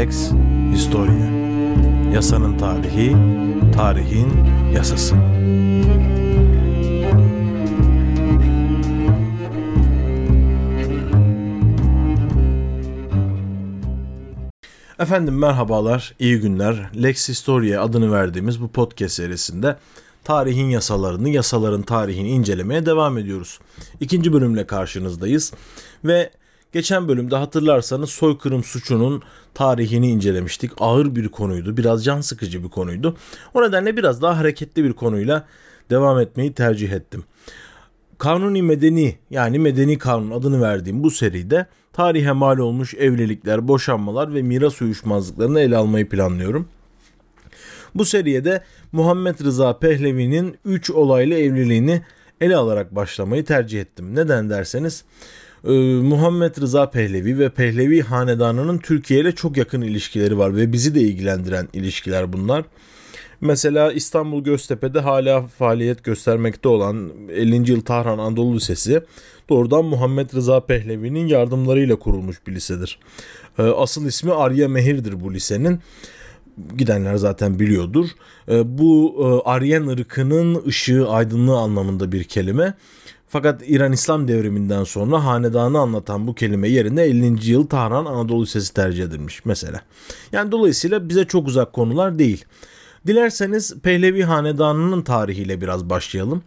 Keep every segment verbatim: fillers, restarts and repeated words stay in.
Lex Historia. Yasanın tarihi, tarihin yasası. Efendim merhabalar, iyi günler. Lex Historia adını verdiğimiz bu podcast serisinde tarihin yasalarını, yasaların tarihini incelemeye devam ediyoruz. İkinci bölümle karşınızdayız ve geçen bölümde hatırlarsanız soykırım suçunun tarihini incelemiştik. Ağır bir konuydu, biraz can sıkıcı bir konuydu. O nedenle biraz daha hareketli bir konuyla devam etmeyi tercih ettim. Kanuni Medeni yani Medeni Kanun adını verdiğim bu seride tarihe mal olmuş evlilikler, boşanmalar ve miras uyuşmazlıklarını ele almayı planlıyorum. Bu seriye de Muhammed Rıza Pehlevi'nin üç olaylı evliliğini ele alarak başlamayı tercih ettim. Neden derseniz e, Muhammed Rıza Pehlevi ve Pehlevi hanedanının Türkiye ile çok yakın ilişkileri var ve bizi de ilgilendiren ilişkiler bunlar. Mesela İstanbul Göztepe'de hala faaliyet göstermekte olan ellinci yıl Tahran Anadolu Lisesi doğrudan Muhammed Rıza Pehlevi'nin yardımlarıyla kurulmuş bir lisedir. Asıl ismi Arya Mehir'dir bu lisenin. Gidenler zaten biliyordur. Bu Aryen ırkının ışığı, aydınlığı anlamında bir kelime. Fakat İran İslam devriminden sonra hanedanı anlatan bu kelime yerine ellinci yıl Tahran Anadolu Lisesi tercih edilmiş mesela. Yani dolayısıyla bize çok uzak konular değil. Dilerseniz Pehlevi hanedanının tarihiyle biraz başlayalım.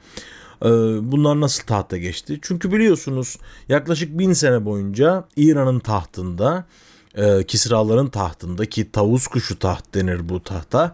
Bunlar nasıl tahta geçti? Çünkü biliyorsunuz yaklaşık bin sene boyunca İran'ın tahtında, Kisraların tahtında ki tavus kuşu taht denir bu tahta,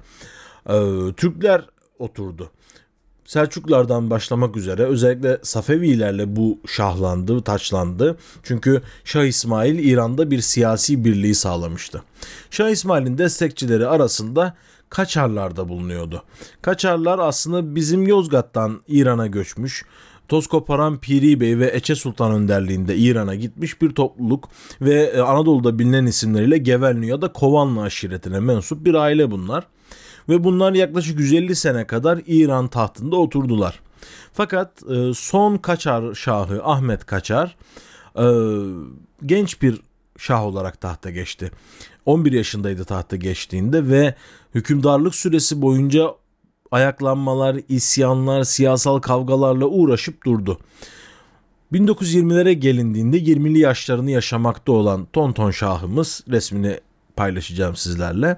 Türkler oturdu. Selçuklulardan başlamak üzere özellikle Safevilerle bu şahlandı, taçlandı. Çünkü Şah İsmail İran'da bir siyasi birliği sağlamıştı. Şah İsmail'in destekçileri arasında Kaçarlar da bulunuyordu. Kaçarlar aslında bizim Yozgat'tan İran'a göçmüş, toz koparan Piri Bey ve Eçe Sultan önderliğinde İran'a gitmiş bir topluluk ve Anadolu'da bilinen isimleriyle Gevelni ya da Kovanlı aşiretine mensup bir aile bunlar. Ve bunlar yaklaşık yüz elli sene kadar İran tahtında oturdular. Fakat son Kaçar Şahı Ahmet Kaçar genç bir şah olarak tahta geçti. on bir yaşındaydı tahta geçtiğinde ve hükümdarlık süresi boyunca ayaklanmalar, isyanlar, siyasal kavgalarla uğraşıp durdu. bin dokuz yüz yirmilere gelindiğinde yirmili yaşlarını yaşamakta olan Tonton Şahımız, resmini paylaşacağım sizlerle,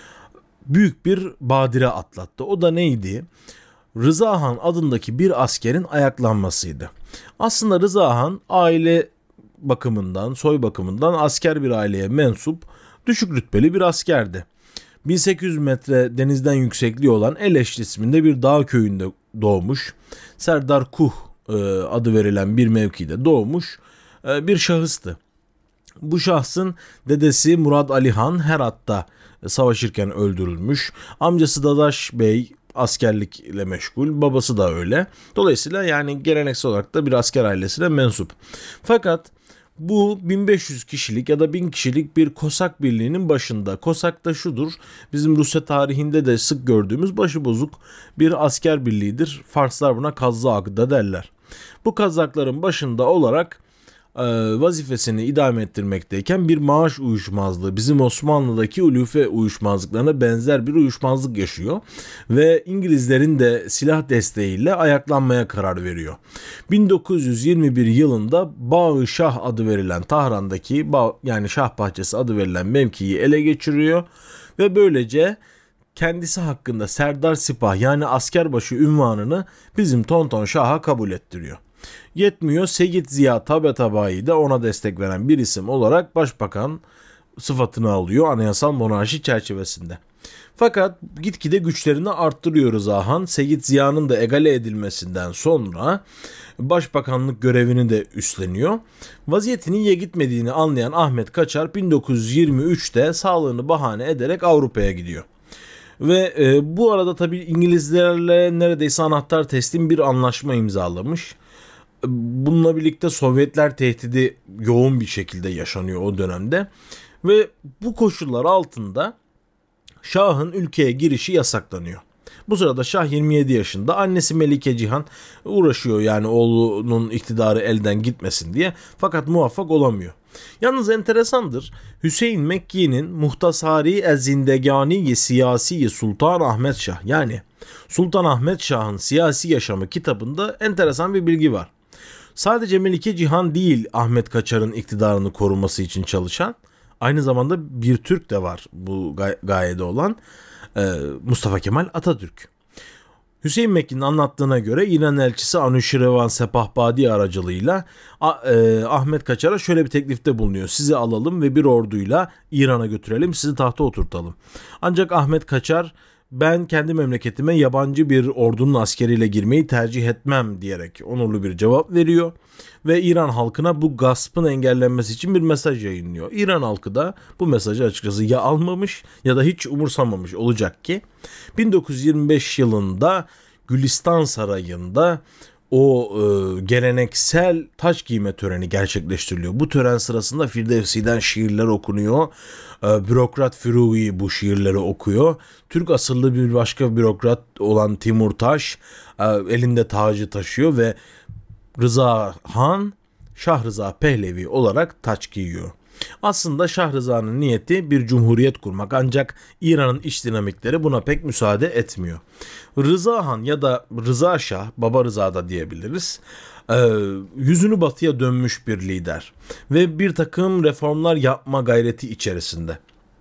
büyük bir badire atlattı. O da neydi? Rıza Han adındaki bir askerin ayaklanmasıydı. Aslında Rıza Han aile bakımından, soy bakımından asker bir aileye mensup, düşük rütbeli bir askerdi. bin sekiz yüz metre denizden yüksekliği olan Eleşt isminde bir dağ köyünde doğmuş. Serdar Kuh adı verilen bir mevkide doğmuş bir şahıstı. Bu şahsın dedesi Murad Ali Han Herat'ta savaşırken öldürülmüş. Amcası Dadaş Bey askerlikle meşgul, babası da öyle. Dolayısıyla yani geleneksel olarak da bir asker ailesine mensup. Fakat bu bin beş yüz kişilik ya da bin kişilik bir Kosak birliğinin başında. Kosak da şudur, bizim Rusya tarihinde de sık gördüğümüz başıbozuk bir asker birliğidir. Farslar buna Kazzak da derler. Bu Kazakların başında olarak e, vazifesini idame ettirmekteyken bir maaş uyuşmazlığı, bizim Osmanlı'daki ulufe uyuşmazlıklarına benzer bir uyuşmazlık yaşıyor ve İngilizlerin de silah desteğiyle ayaklanmaya karar veriyor. bin dokuz yüz yirmi bir yılında Bağı Şah adı verilen Tahran'daki Bağ, yani Şah Bahçesi adı verilen mevkiyi ele geçiriyor ve böylece kendisi hakkında Serdar Sipah yani askerbaşı unvanını bizim Tonton Şah'a kabul ettiriyor. Yetmiyor, Seyit Ziya Tabatabai de ona destek veren bir isim olarak başbakan sıfatını alıyor anayasal monarşi çerçevesinde. Fakat gitgide güçlerini arttırıyor Rıza Han. Seyit Ziya'nın da egale edilmesinden sonra başbakanlık görevini de üstleniyor. Vaziyetinin iyi gitmediğini anlayan Ahmet Kaçar bin dokuz yüz yirmi üçte sağlığını bahane ederek Avrupa'ya gidiyor. Ve e, bu arada tabii İngilizlerle neredeyse anahtar teslim bir anlaşma imzalamış. Bununla birlikte Sovyetler tehdidi yoğun bir şekilde yaşanıyor o dönemde. Ve bu koşullar altında Şah'ın ülkeye girişi yasaklanıyor. Bu sırada Şah yirmi yedi yaşında, annesi Melike Cihan uğraşıyor yani oğlunun iktidarı elden gitmesin diye, fakat muvaffak olamıyor. Yalnız enteresandır. Hüseyin Mekki'nin Muhtasari Ez-Zindegani Siyasi Sultan Ahmet Şah, yani Sultan Ahmet Şah'ın siyasi yaşamı kitabında enteresan bir bilgi var. Sadece Melike Cihan değil Ahmet Kaçar'ın iktidarını koruması için çalışan, aynı zamanda bir Türk de var bu gay- gayede olan, e, Mustafa Kemal Atatürk. Hüseyin Mekki'nin anlattığına göre İran elçisi Anuşirevan Sepahbadi aracılığıyla e, Ahmet Kaçar'a şöyle bir teklifte bulunuyor. Sizi alalım ve bir orduyla İran'a götürelim, sizi tahta oturtalım. Ancak Ahmet Kaçar, ben kendi memleketime yabancı bir ordunun askeriyle girmeyi tercih etmem diyerek onurlu bir cevap veriyor. Ve İran halkına bu gaspın engellenmesi için bir mesaj yayınlıyor. İran halkı da bu mesajı açıkçası ya almamış ya da hiç umursamamış olacak ki bin dokuz yüz yirmi beş yılında Gülistan Sarayı'nda o e, geleneksel taç giyme töreni gerçekleştiriliyor. Bu tören sırasında Firdevsi'den şiirler okunuyor. E, bürokrat Firui bu şiirleri okuyor. Türk asıllı bir başka bürokrat olan Timur Taş e, elinde tacı taşıyor ve Rıza Han, Şah Rıza Pehlevi olarak taç giyiyor. Aslında Şah Rıza'nın niyeti bir cumhuriyet kurmak, ancak İran'ın iç dinamikleri buna pek müsaade etmiyor. Rıza Han ya da Rıza Şah, Baba Rıza da diyebiliriz, yüzünü batıya dönmüş bir lider ve bir takım reformlar yapma gayreti içerisinde.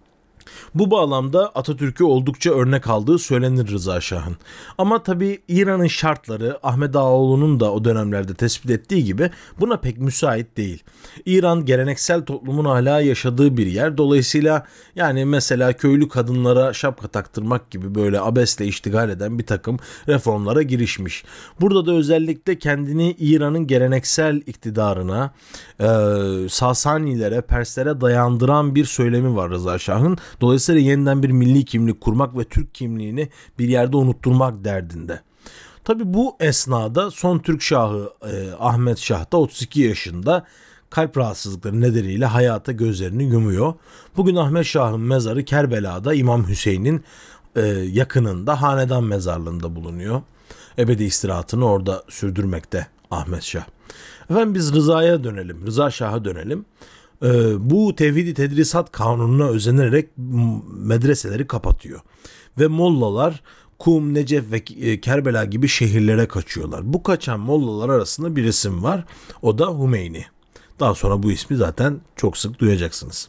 Bu bağlamda Atatürk'ü oldukça örnek aldığı söylenir Rıza Şah'ın. Ama tabii İran'ın şartları Ahmet Ağaoğlu'nun da o dönemlerde tespit ettiği gibi buna pek müsait değil. İran geleneksel toplumun hala yaşadığı bir yer. Dolayısıyla yani mesela köylü kadınlara şapka taktırmak gibi böyle abesle iştigal eden bir takım reformlara girişmiş. Burada da özellikle kendini İran'ın geleneksel iktidarına, e, Sasanilere, Perslere dayandıran bir söylemi var Rıza Şah'ın. Dolayısıyla yeniden bir milli kimlik kurmak ve Türk kimliğini bir yerde unutturmak derdinde. Tabi bu esnada son Türk Şahı e, Ahmet Şah da otuz iki yaşında kalp rahatsızlıkları nedeniyle hayata gözlerini yumuyor. Bugün Ahmet Şah'ın mezarı Kerbela'da İmam Hüseyin'in e, yakınında hanedan mezarlığında bulunuyor. Ebedi istirahatını orada sürdürmekte Ahmet Şah. Efendim biz Rıza'ya dönelim, Rıza Şah'a dönelim. Ee, bu Tevhid-i Tedrisat Kanunu'na özenerek medreseleri kapatıyor. Ve mollalar Kum, Necef ve Kerbela gibi şehirlere kaçıyorlar. Bu kaçan mollalar arasında bir isim var. O da Hümeyni. Daha sonra bu ismi zaten çok sık duyacaksınız.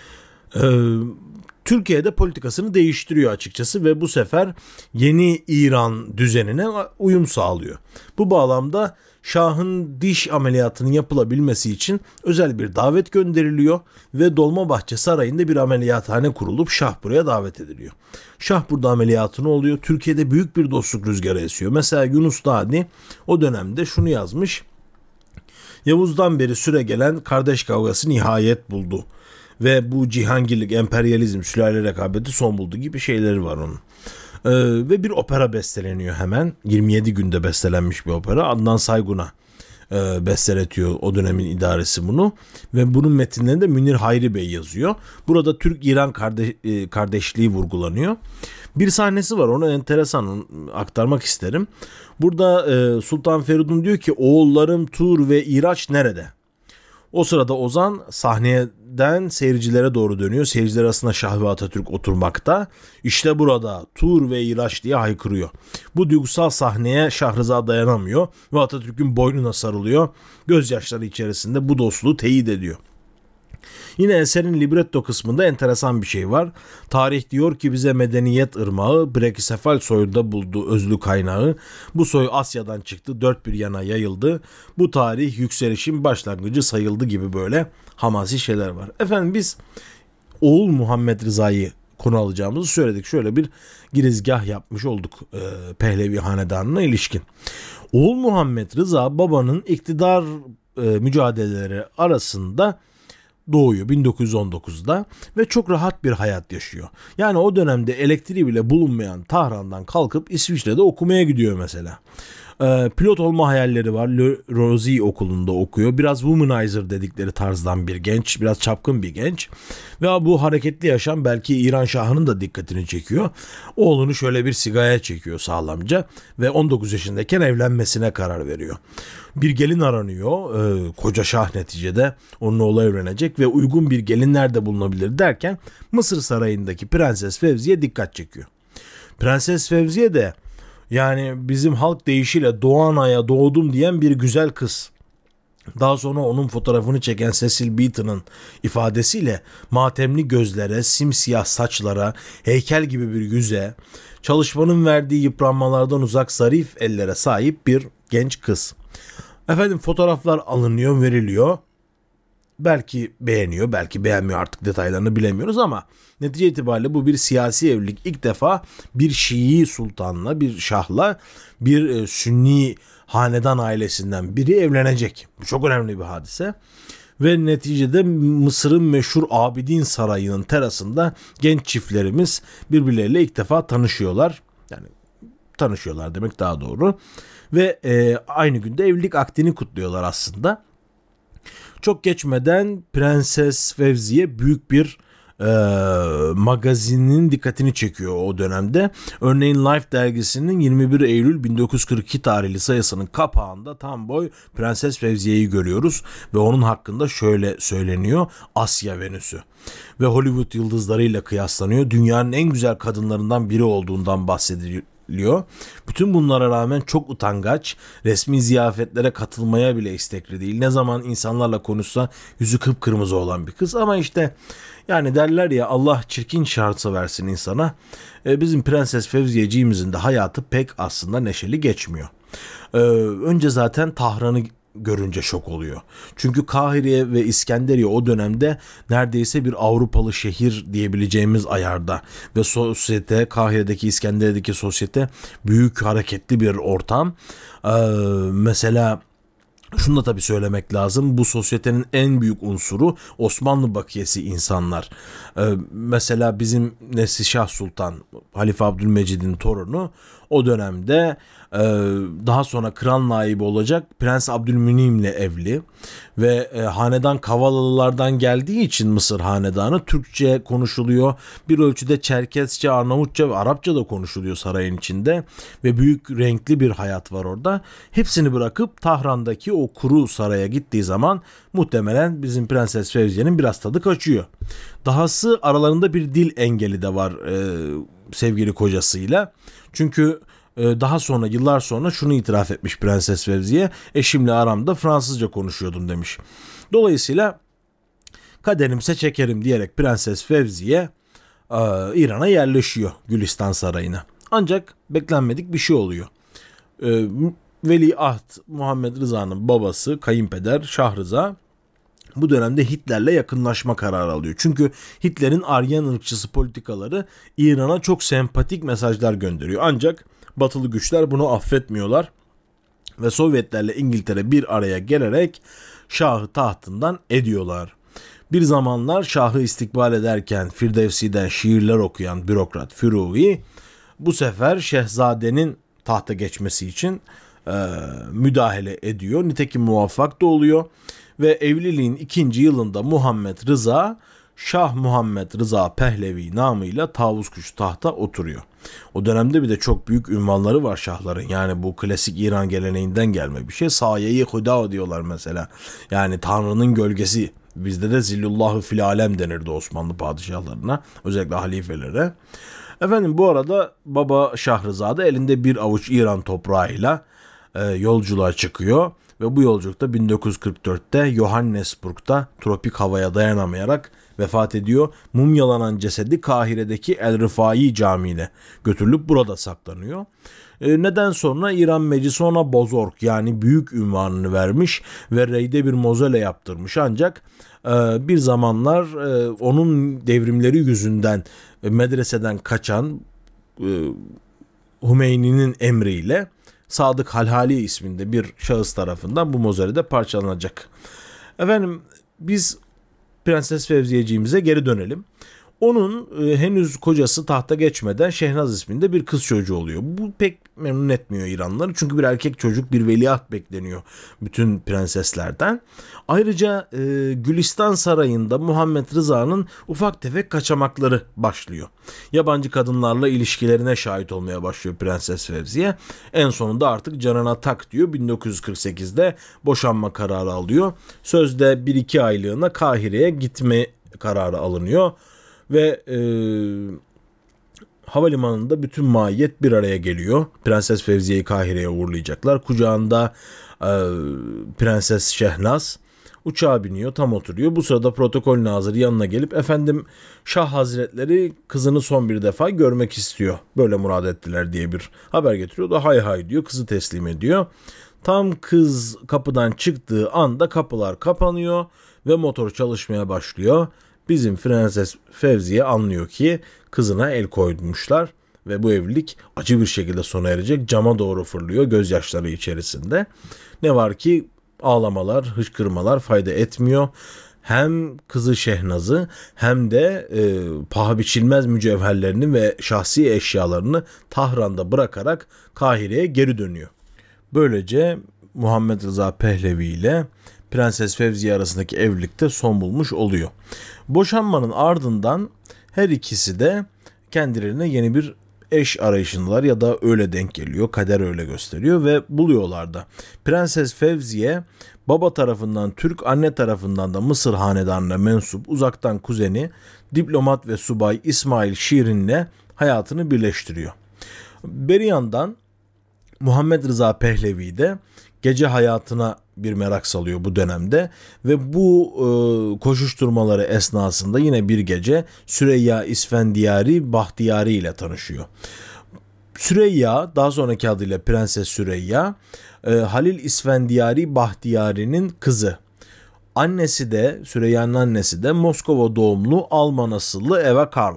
Ee, Türkiye'de politikasını değiştiriyor açıkçası ve bu sefer yeni İran düzenine uyum sağlıyor. Bu bağlamda Şah'ın diş ameliyatının yapılabilmesi için özel bir davet gönderiliyor ve Dolmabahçe Sarayı'nda bir ameliyathane kurulup Şah buraya davet ediliyor. Şah burada ameliyatını oluyor. Türkiye'de büyük bir dostluk rüzgarı esiyor. Mesela Yunus Dağni o dönemde şunu yazmış: Yavuz'dan beri süre gelen kardeş kavgası nihayet buldu ve bu cihangirlik, emperyalizm, sülale rekabeti son buldu gibi şeyleri var onun. Ee, ve bir opera besteleniyor hemen. yirmi yedi günde bestelenmiş bir opera. Adnan Saygun'a e, besteletiyor o dönemin idaresi bunu. Ve bunun metinlerini de Münir Hayri Bey yazıyor. Burada Türk-İran kardeş, e, kardeşliği vurgulanıyor. Bir sahnesi var, onu enteresan aktarmak isterim. Burada e, Sultan Feridun diyor ki oğullarım Tur ve İraç nerede? O sırada Ozan sahneden seyircilere doğru dönüyor. Seyirciler arasında Şah ve Atatürk oturmakta. İşte burada Tur ve İraç diye haykırıyor. Bu duygusal sahneye Şah Rıza dayanamıyor ve Atatürk'ün boynuna sarılıyor. Gözyaşları içerisinde bu dostluğu teyit ediyor. Yine eserin libretto kısmında enteresan bir şey var. Tarih diyor ki bize medeniyet ırmağı Brekisefal soyunda buldu özlü kaynağı. Bu soy Asya'dan çıktı, dört bir yana yayıldı. Bu tarih yükselişin başlangıcı sayıldı gibi böyle hamasi şeyler var. Efendim biz oğul Muhammed Rıza'yı konu alacağımızı söyledik. Şöyle bir girizgah yapmış olduk e, Pehlevi hanedanına ilişkin. Oğul Muhammed Rıza babanın iktidar e, mücadeleleri arasında doğuyor bin dokuz yüz on dokuzda ve çok rahat bir hayat yaşıyor. Yani o dönemde elektriği bile bulunmayan Tahran'dan kalkıp İsviçre'de okumaya gidiyor mesela. Ee, pilot olma hayalleri var. Le Rosey okulunda okuyor. Biraz womanizer dedikleri tarzdan bir genç. Biraz çapkın bir genç. Ve bu hareketli yaşam belki İran Şahı'nın da dikkatini çekiyor. Oğlunu şöyle bir sigaya çekiyor sağlamca. Ve on dokuz yaşındayken evlenmesine karar veriyor. Bir gelin aranıyor. Ee, koca şah neticede onun oğlu evlenecek ve uygun bir gelin nerede bulunabilir derken Mısır sarayındaki Prenses Fevziye dikkat çekiyor. Prenses Fevziye de yani bizim halk deyişiyle Doğanay'a doğdum diyen bir güzel kız. Daha sonra onun fotoğrafını çeken Cecil Beaton'ın ifadesiyle matemli gözlere, simsiyah saçlara, heykel gibi bir yüze, çalışmanın verdiği yıpranmalardan uzak zarif ellere sahip bir genç kız. Efendim fotoğraflar alınıyor, veriliyor. Belki beğeniyor, belki beğenmiyor, artık detaylarını bilemiyoruz ama netice itibariyle bu bir siyasi evlilik. İlk defa bir Şii sultanla, bir şahla bir e, Sünni hanedan ailesinden biri evlenecek. Bu çok önemli bir hadise. Ve neticede Mısır'ın meşhur Abidin Sarayı'nın terasında genç çiftlerimiz birbirleriyle ilk defa tanışıyorlar. Yani tanışıyorlar demek daha doğru. Ve e, aynı günde evlilik akdini kutluyorlar aslında. Çok geçmeden Prenses Fevziye büyük bir e, magazinin dikkatini çekiyor o dönemde. Örneğin Life dergisinin yirmi bir Eylül bin dokuz yüz kırk iki tarihli sayısının kapağında tam boy Prenses Fevziye'yi görüyoruz ve onun hakkında şöyle söyleniyor: Asya Venüsü. Ve Hollywood yıldızlarıyla kıyaslanıyor. Dünyanın en güzel kadınlarından biri olduğundan bahsediliyor. Bütün bunlara rağmen çok utangaç, resmi ziyafetlere katılmaya bile istekli değil. Ne zaman insanlarla konuşsa yüzü kıpkırmızı olan bir kız. Ama işte yani derler ya, Allah çirkin şartsa versin insana. Ee, bizim Prenses Fevziyeciğimizin de hayatı pek aslında neşeli geçmiyor. Ee, önce zaten Tahran'ı görünce şok oluyor. Çünkü Kahire ve İskenderiye o dönemde neredeyse bir Avrupalı şehir diyebileceğimiz ayarda ve sosyete, Kahire'deki, İskenderiye'deki sosyete büyük, hareketli bir ortam. Ee, mesela şunu da tabii söylemek lazım. Bu sosyetenin en büyük unsuru Osmanlı bakiyesi insanlar. Ee, mesela bizim Neslişah Sultan, Halife Abdülmecid'in torunu o dönemde e, daha sonra kral naibi olacak Prens Abdülmünim'le evli ve e, hanedan Kavalalılardan geldiği için Mısır hanedanı Türkçe konuşuluyor. Bir ölçüde Çerkesçe, Arnavutça ve Arapça da konuşuluyor sarayın içinde ve büyük renkli bir hayat var orada. Hepsini bırakıp Tahran'daki o kuru saraya gittiği zaman muhtemelen bizim Prenses Fevziye'nin biraz tadı kaçıyor. Dahası aralarında bir dil engeli de var e, sevgili kocasıyla. Çünkü e, daha sonra, yıllar sonra şunu itiraf etmiş Prenses Fevziye: eşimle aramda Fransızca konuşuyordum demiş. Dolayısıyla kaderimse çekerim diyerek Prenses Fevziye e, İran'a yerleşiyor, Gülistan Sarayı'na. Ancak beklenmedik bir şey oluyor. E, Veliaht Muhammed Rıza'nın babası, kayınpeder Şah Rıza bu dönemde Hitler'le yakınlaşma kararı alıyor. Çünkü Hitler'in Aryan ırkçısı politikaları İran'a çok sempatik mesajlar gönderiyor. Ancak batılı güçler bunu affetmiyorlar ve Sovyetlerle İngiltere bir araya gelerek Şah'ı tahtından ediyorlar. Bir zamanlar Şah'ı istikbal ederken Firdevsi'den şiirler okuyan bürokrat Fürûi bu sefer Şehzade'nin tahta geçmesi için e, müdahale ediyor. Nitekim muvaffak da oluyor. Ve evliliğin ikinci yılında Muhammed Rıza, Şah Muhammed Rıza Pehlevi namıyla tavus kuşu tahta oturuyor. O dönemde bir de çok büyük ünvanları var şahların. Yani bu klasik İran geleneğinden gelme bir şey. Saye-i Huda diyorlar mesela. Yani Tanrı'nın gölgesi. Bizde de Zillullahu fil alem denirdi Osmanlı padişahlarına. Özellikle halifelere. Efendim bu arada baba Şah Rıza da elinde bir avuç İran toprağıyla e, yolculuğa çıkıyor. Ve bu yolculukta bin dokuz yüz kırk dörtte Johannesburg'da tropik havaya dayanamayarak vefat ediyor. Mumyalanan cesedi Kahire'deki El Rifai Camii'ne götürülüp burada saklanıyor. E, neden sonra İran Meclisi ona Bozorg yani büyük ünvanını vermiş ve reyde bir mozole yaptırmış. Ancak e, bir zamanlar e, onun devrimleri yüzünden e, medreseden kaçan e, Hümeyni'nin emriyle Sadık Halhali isminde bir şahıs tarafından bu mozole de parçalanacak. Efendim biz Prenses Fevziyeciğimize geri dönelim. Onun e, henüz kocası tahta geçmeden Şehnaz isminde bir kız çocuğu oluyor. Bu pek memnun etmiyor İranlıları. Çünkü bir erkek çocuk, bir veliaht bekleniyor bütün prenseslerden. Ayrıca e, Gülistan Sarayı'nda Muhammed Rıza'nın ufak tefek kaçamakları başlıyor. Yabancı kadınlarla ilişkilerine şahit olmaya başlıyor Prenses Fevziye. En sonunda artık canına tak diyor. bin dokuz yüz kırk sekizde boşanma kararı alıyor. Sözde bir iki aylığına Kahire'ye gitme kararı alınıyor. Ve e, havalimanında bütün maiyet bir araya geliyor. Prenses Fevziye'yi Kahire'ye uğurlayacaklar. Kucağında e, Prenses Şehnaz uçağa biniyor, tam oturuyor. Bu sırada protokol nazırı yanına gelip efendim Şah Hazretleri kızını son bir defa görmek istiyor. Böyle murad ettiler diye bir haber getiriyor. O da hay hay diyor, kızı teslim ediyor. Tam kız kapıdan çıktığı anda kapılar kapanıyor ve motor çalışmaya başlıyor. Bizim Prenses Fevziye anlıyor ki kızına el koymuşlar ve bu evlilik acı bir şekilde sona erecek. Cama doğru fırlıyor gözyaşları içerisinde. Ne var ki ağlamalar, hıçkırmalar fayda etmiyor. Hem kızı Şehnaz'ı hem de e, paha biçilmez mücevherlerini ve şahsi eşyalarını Tahran'da bırakarak Kahire'ye geri dönüyor. Böylece Muhammed Rıza Pehlevi ile Prenses Fevziye arasındaki evlilikte son bulmuş oluyor. Boşanmanın ardından her ikisi de kendilerine yeni bir eş arayışındalar ya da öyle denk geliyor. Kader öyle gösteriyor ve buluyorlar da. Prenses Fevziye baba tarafından Türk, anne tarafından da Mısır hanedanına mensup uzaktan kuzeni diplomat ve subay İsmail Şirin'le hayatını birleştiriyor. Bir yandan Muhammed Rıza Pehlevi de gece hayatına bir merak salıyor bu dönemde ve bu e, koşuşturmaları esnasında yine bir gece Süreyya İsfendiyari Bahtiyari ile tanışıyor. Süreyya, daha sonraki adıyla Prenses Süreyya, e, Halil İsfendiyari Bahtiyari'nin kızı. Annesi de, Süreyya'nın annesi de Moskova doğumlu Alman asıllı Eva Karl.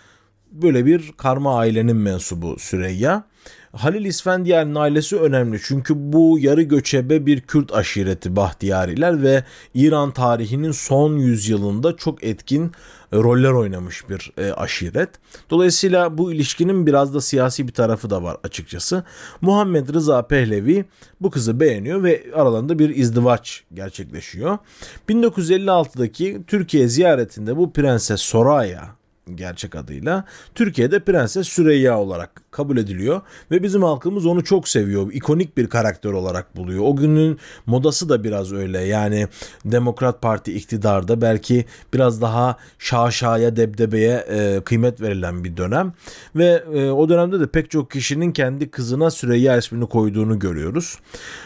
Böyle bir karma ailenin mensubu Süreyya. Halil İsfendiyar'ın ailesi önemli çünkü bu yarı göçebe bir Kürt aşireti Bahtiyariler ve İran tarihinin son yüzyılında çok etkin roller oynamış bir e, aşiret. Dolayısıyla bu ilişkinin biraz da siyasi bir tarafı da var açıkçası. Muhammed Rıza Pehlevi bu kızı beğeniyor ve aralarında bir izdivaç gerçekleşiyor. bin dokuz yüz elli altıdaki Türkiye ziyaretinde bu Prenses Soraya, gerçek adıyla Türkiye'de Prenses Süreyya olarak kabul ediliyor ve bizim halkımız onu çok seviyor. İkonik bir karakter olarak buluyor. O günün modası da biraz öyle. Yani Demokrat Parti iktidarda belki biraz daha şaşaya, debdebeye e, kıymet verilen bir dönem ve e, o dönemde de pek çok kişinin kendi kızına Süreyya ismini koyduğunu görüyoruz.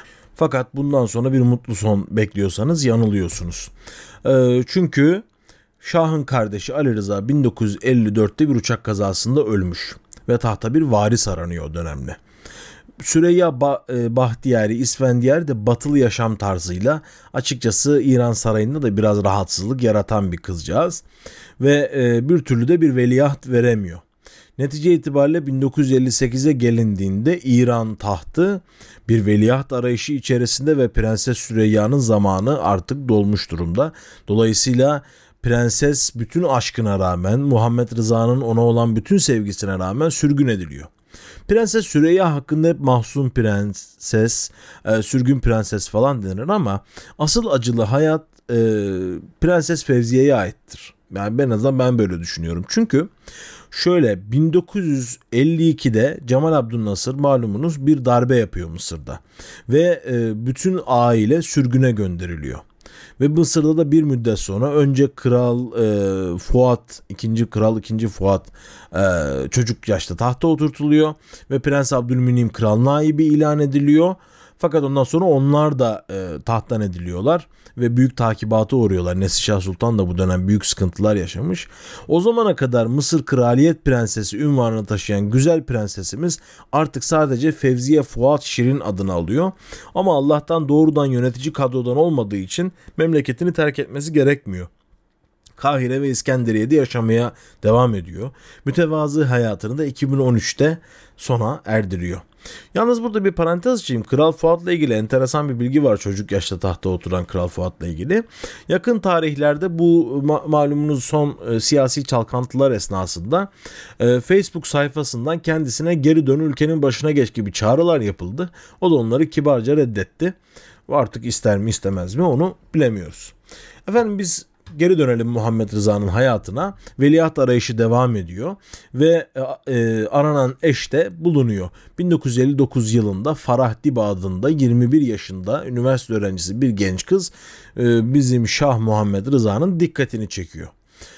Fakat bundan sonra bir mutlu son bekliyorsanız yanılıyorsunuz. E, çünkü Şah'ın kardeşi Ali Rıza bin dokuz yüz elli dörtte bir uçak kazasında ölmüş ve tahta bir varis aranıyor o dönemde. Süreyya ba- Bahtiyari İsfendiyar de batılı yaşam tarzıyla açıkçası İran sarayında da biraz rahatsızlık yaratan bir kızcağız ve e, bir türlü de bir veliaht veremiyor. Netice itibariyle bin dokuz yüz elli sekize gelindiğinde İran tahtı bir veliaht arayışı içerisinde ve Prenses Süreyya'nın zamanı artık dolmuş durumda. Dolayısıyla prenses bütün aşkına rağmen, Muhammed Rıza'nın ona olan bütün sevgisine rağmen sürgün ediliyor. Prenses Süreyya hakkında hep mahzun prenses, e, sürgün prenses falan denir ama asıl acılı hayat e, Prenses Fevziye'ye aittir. Yani en azından ben böyle düşünüyorum. Çünkü şöyle bin dokuz yüz elli ikide Cemal Abdülnasır malumunuz bir darbe yapıyor Mısır'da ve e, bütün aile sürgüne gönderiliyor. Ve Mısır'da da bir müddet sonra önce Kral e, Fuat, ikinci Kral ikinci Fuat e, çocuk yaşta tahta oturtuluyor ve Prens Abdülmünim Kral naibi ilan ediliyor. Fakat ondan sonra onlar da e, tahttan ediliyorlar ve büyük takibata uğruyorlar. Neslişah Sultan da bu dönem büyük sıkıntılar yaşamış. O zamana kadar Mısır Kraliyet Prensesi unvanını taşıyan güzel prensesimiz artık sadece Fevziye Fuat Şirin adını alıyor. Ama Allah'tan doğrudan yönetici kadrodan olmadığı için memleketini terk etmesi gerekmiyor. Kahire ve İskenderiye'de yaşamaya devam ediyor. Mütevazı hayatını da iki bin on üçte sona erdiriyor. Yalnız burada bir parantez açayım. Kral Fuat'la ilgili enteresan bir bilgi var. Çocuk yaşta tahta oturan Kral Fuat'la ilgili. Yakın tarihlerde bu ma- malumunuz son e, siyasi çalkantılar esnasında e, Facebook sayfasından kendisine geri dön, ülkenin başına geç gibi çağrılar yapıldı. O da onları kibarca reddetti. Artık ister mi istemez mi onu bilemiyoruz. Efendim biz geri dönelim Muhammed Rıza'nın hayatına. Veliaht arayışı devam ediyor ve e, aranan eş de bulunuyor. bin dokuz yüz elli dokuz yılında Farah Diba adında yirmi bir yaşında üniversite öğrencisi bir genç kız e, bizim Şah Muhammed Rıza'nın dikkatini çekiyor.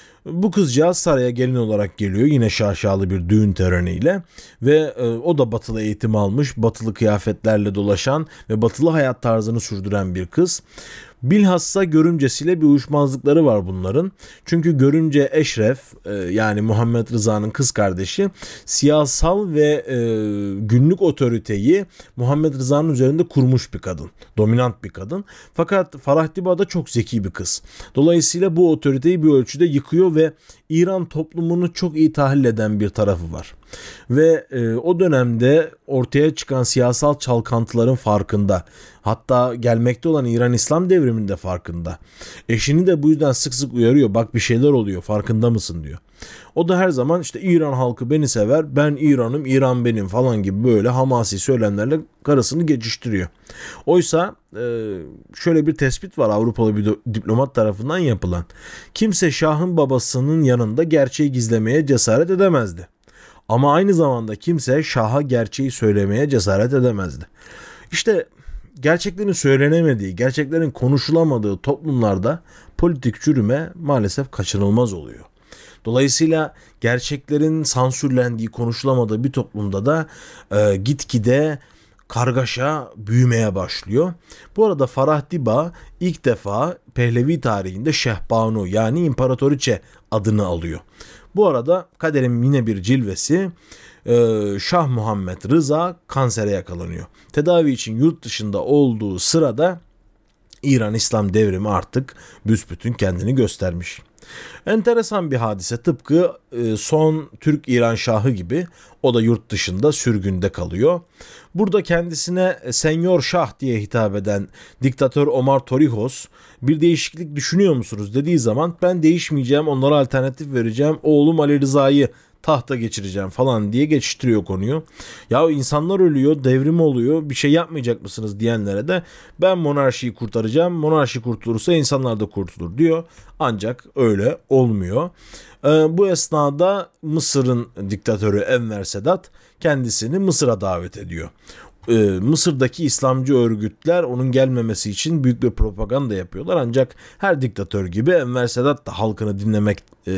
Bu kızcağız saraya gelin olarak geliyor yine şaşalı bir düğün töreniyle ve e, o da batılı eğitim almış, batılı kıyafetlerle dolaşan ve batılı hayat tarzını sürdüren bir kız. Bilhassa görümcesiyle bir uyuşmazlıkları var bunların. Çünkü görümce Eşref e, yani Muhammed Rıza'nın kız kardeşi siyasal ve e, günlük otoriteyi Muhammed Rıza'nın üzerinde kurmuş bir kadın. Dominant bir kadın. Fakat Farah Diba da çok zeki bir kız. Dolayısıyla bu otoriteyi bir ölçüde yıkıyor ve İran toplumunu çok iyi tahlil eden bir tarafı var. Ve e, o dönemde ortaya çıkan siyasal çalkantıların farkında. Hatta gelmekte olan İran İslam devriminde farkında. Eşini de bu yüzden sık sık uyarıyor. Bak bir şeyler oluyor, farkında mısın diyor. O da her zaman işte İran halkı beni sever, ben İran'ım, İran benim falan gibi böyle hamasi söylemlerle karısını geçiştiriyor. Oysa e, şöyle bir tespit var Avrupalı bir diplomat tarafından yapılan. Kimse Şah'ın babasının yanında gerçeği gizlemeye cesaret edemezdi. Ama aynı zamanda kimse Şah'a gerçeği söylemeye cesaret edemezdi. İşte gerçeklerin söylenemediği, gerçeklerin konuşulamadığı toplumlarda politik çürüme maalesef kaçınılmaz oluyor. Dolayısıyla gerçeklerin sansürlendiği, konuşulamadığı bir toplumda da e, gitgide kargaşa büyümeye başlıyor. Bu arada Farah Diba ilk defa Pehlevi tarihinde Şehbanu yani İmparatoriçe adını alıyor. Bu arada kaderin yine bir cilvesi, Şah Muhammed Rıza kansere yakalanıyor. Tedavi için yurt dışında olduğu sırada İran İslam devrimi artık büsbütün kendini göstermiş. Enteresan bir hadise, tıpkı son Türk-İran Şahı gibi o da yurt dışında sürgünde kalıyor. Burada kendisine Senyor Şah diye hitap eden diktatör Omar Torrijos bir değişiklik düşünüyor musunuz dediği zaman ben değişmeyeceğim, onlara alternatif vereceğim, oğlum Ali Rıza'yı tahta geçireceğim falan diye geçiştiriyor konuyu. Ya insanlar ölüyor, devrim oluyor, bir şey yapmayacak mısınız diyenlere de ben monarşiyi kurtaracağım, monarşi kurtulursa insanlar da kurtulur diyor. Ancak öyle olmuyor. Ee, bu esnada Mısır'ın diktatörü Enver Sedat kendisini Mısır'a davet ediyor. Ee, Mısır'daki İslamcı örgütler onun gelmemesi için büyük bir propaganda yapıyorlar. Ancak her diktatör gibi Enver Sedat da halkını dinlemek e,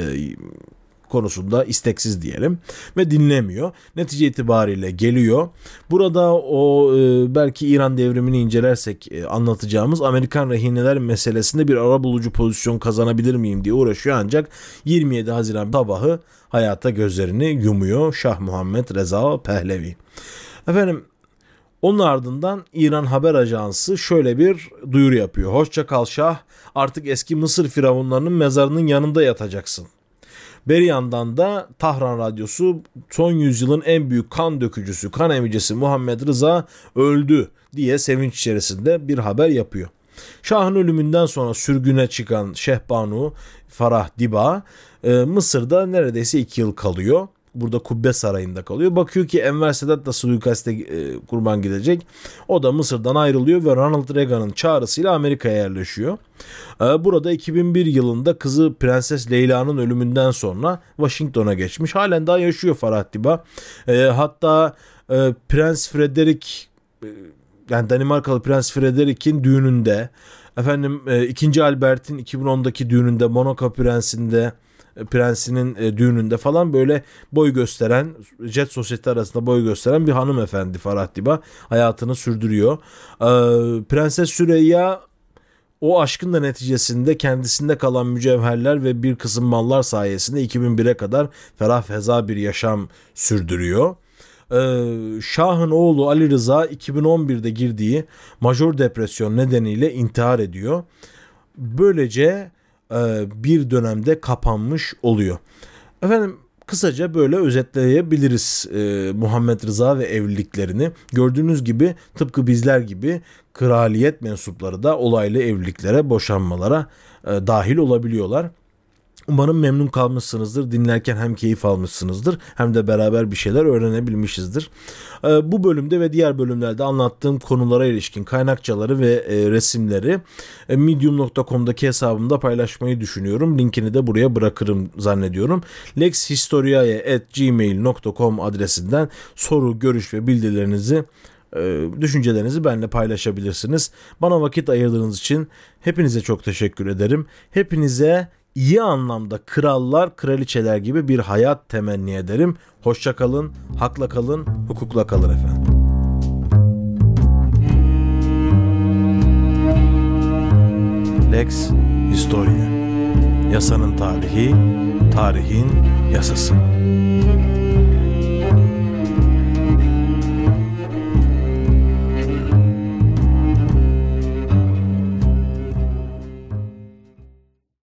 konusunda isteksiz diyelim ve dinlemiyor. Netice itibariyle geliyor. Burada o e, belki İran devrimini incelersek e, anlatacağımız Amerikan rehineler meselesinde bir arabulucu pozisyon kazanabilir miyim diye uğraşıyor, ancak yirmi yedi Haziran sabahı hayata gözlerini yumuyor Şah Muhammed Reza Pehlevi. Efendim, onun ardından İran Haber Ajansı şöyle bir duyuru yapıyor. Hoşça kal Şah, artık eski Mısır firavunlarının mezarının yanında yatacaksın. Bir yandan da Tahran Radyosu son yüzyılın en büyük kan dökücüsü, kan emicisi Muhammed Rıza öldü diye sevinç içerisinde bir haber yapıyor. Şah'ın ölümünden sonra sürgüne çıkan Şehbanu Farah Diba Mısır'da neredeyse iki yıl kalıyor. Burada Kubbe Sarayı'nda kalıyor. Bakıyor ki Enver Sedat da suikaste e, kurban gidecek. O da Mısır'dan ayrılıyor ve Ronald Reagan'ın çağrısıyla Amerika'ya yerleşiyor. E, burada iki bin bir yılında kızı Prenses Leyla'nın ölümünden sonra Washington'a geçmiş. Halen daha yaşıyor Farah Diba. E, hatta e, Prens Frederick e, yani Danimarkalı Prens Frederick'in düğününde, efendim e, ikinci. Albert'in iki bin ondaki düğününde, Monaco Prensi'nde Prensinin e, düğününde falan böyle boy gösteren, jet sosyete arasında boy gösteren bir hanımefendi Farah Diba hayatını sürdürüyor. E, Prenses Süreyya o aşkın da neticesinde kendisinde kalan mücevherler ve bir kısım mallar sayesinde iki bin bire kadar ferah feza bir yaşam sürdürüyor. Ee, Şah'ın oğlu Ali Rıza iki bin on birde girdiği majör depresyon nedeniyle intihar ediyor. Böylece bir dönemde kapanmış oluyor. Efendim, Kısaca böyle özetleyebiliriz e, Muhammed Rıza ve evliliklerini. Gördüğünüz gibi tıpkı bizler gibi kraliyet mensupları da olaylı evliliklere, boşanmalara e, dahil olabiliyorlar. Umarım memnun kalmışsınızdır. Dinlerken hem keyif almışsınızdır hem de beraber bir şeyler öğrenebilmişizdir. Ee, bu bölümde ve diğer bölümlerde anlattığım konulara ilişkin kaynakçaları ve e, resimleri e, medium nokta com'daki hesabımda paylaşmayı düşünüyorum. Linkini de buraya bırakırım zannediyorum. lexhistoriae at gmail nokta com adresinden soru, görüş ve bildirilerinizi, düşüncelerinizi benimle paylaşabilirsiniz. Bana vakit ayırdığınız için hepinize çok teşekkür ederim. Hepinize iyi anlamda krallar, kraliçeler gibi bir hayat temenni ederim. Hoşça kalın, hakla kalın, hukukla kalın efendim. Lex Historia. Yasanın tarihi, tarihin yasası.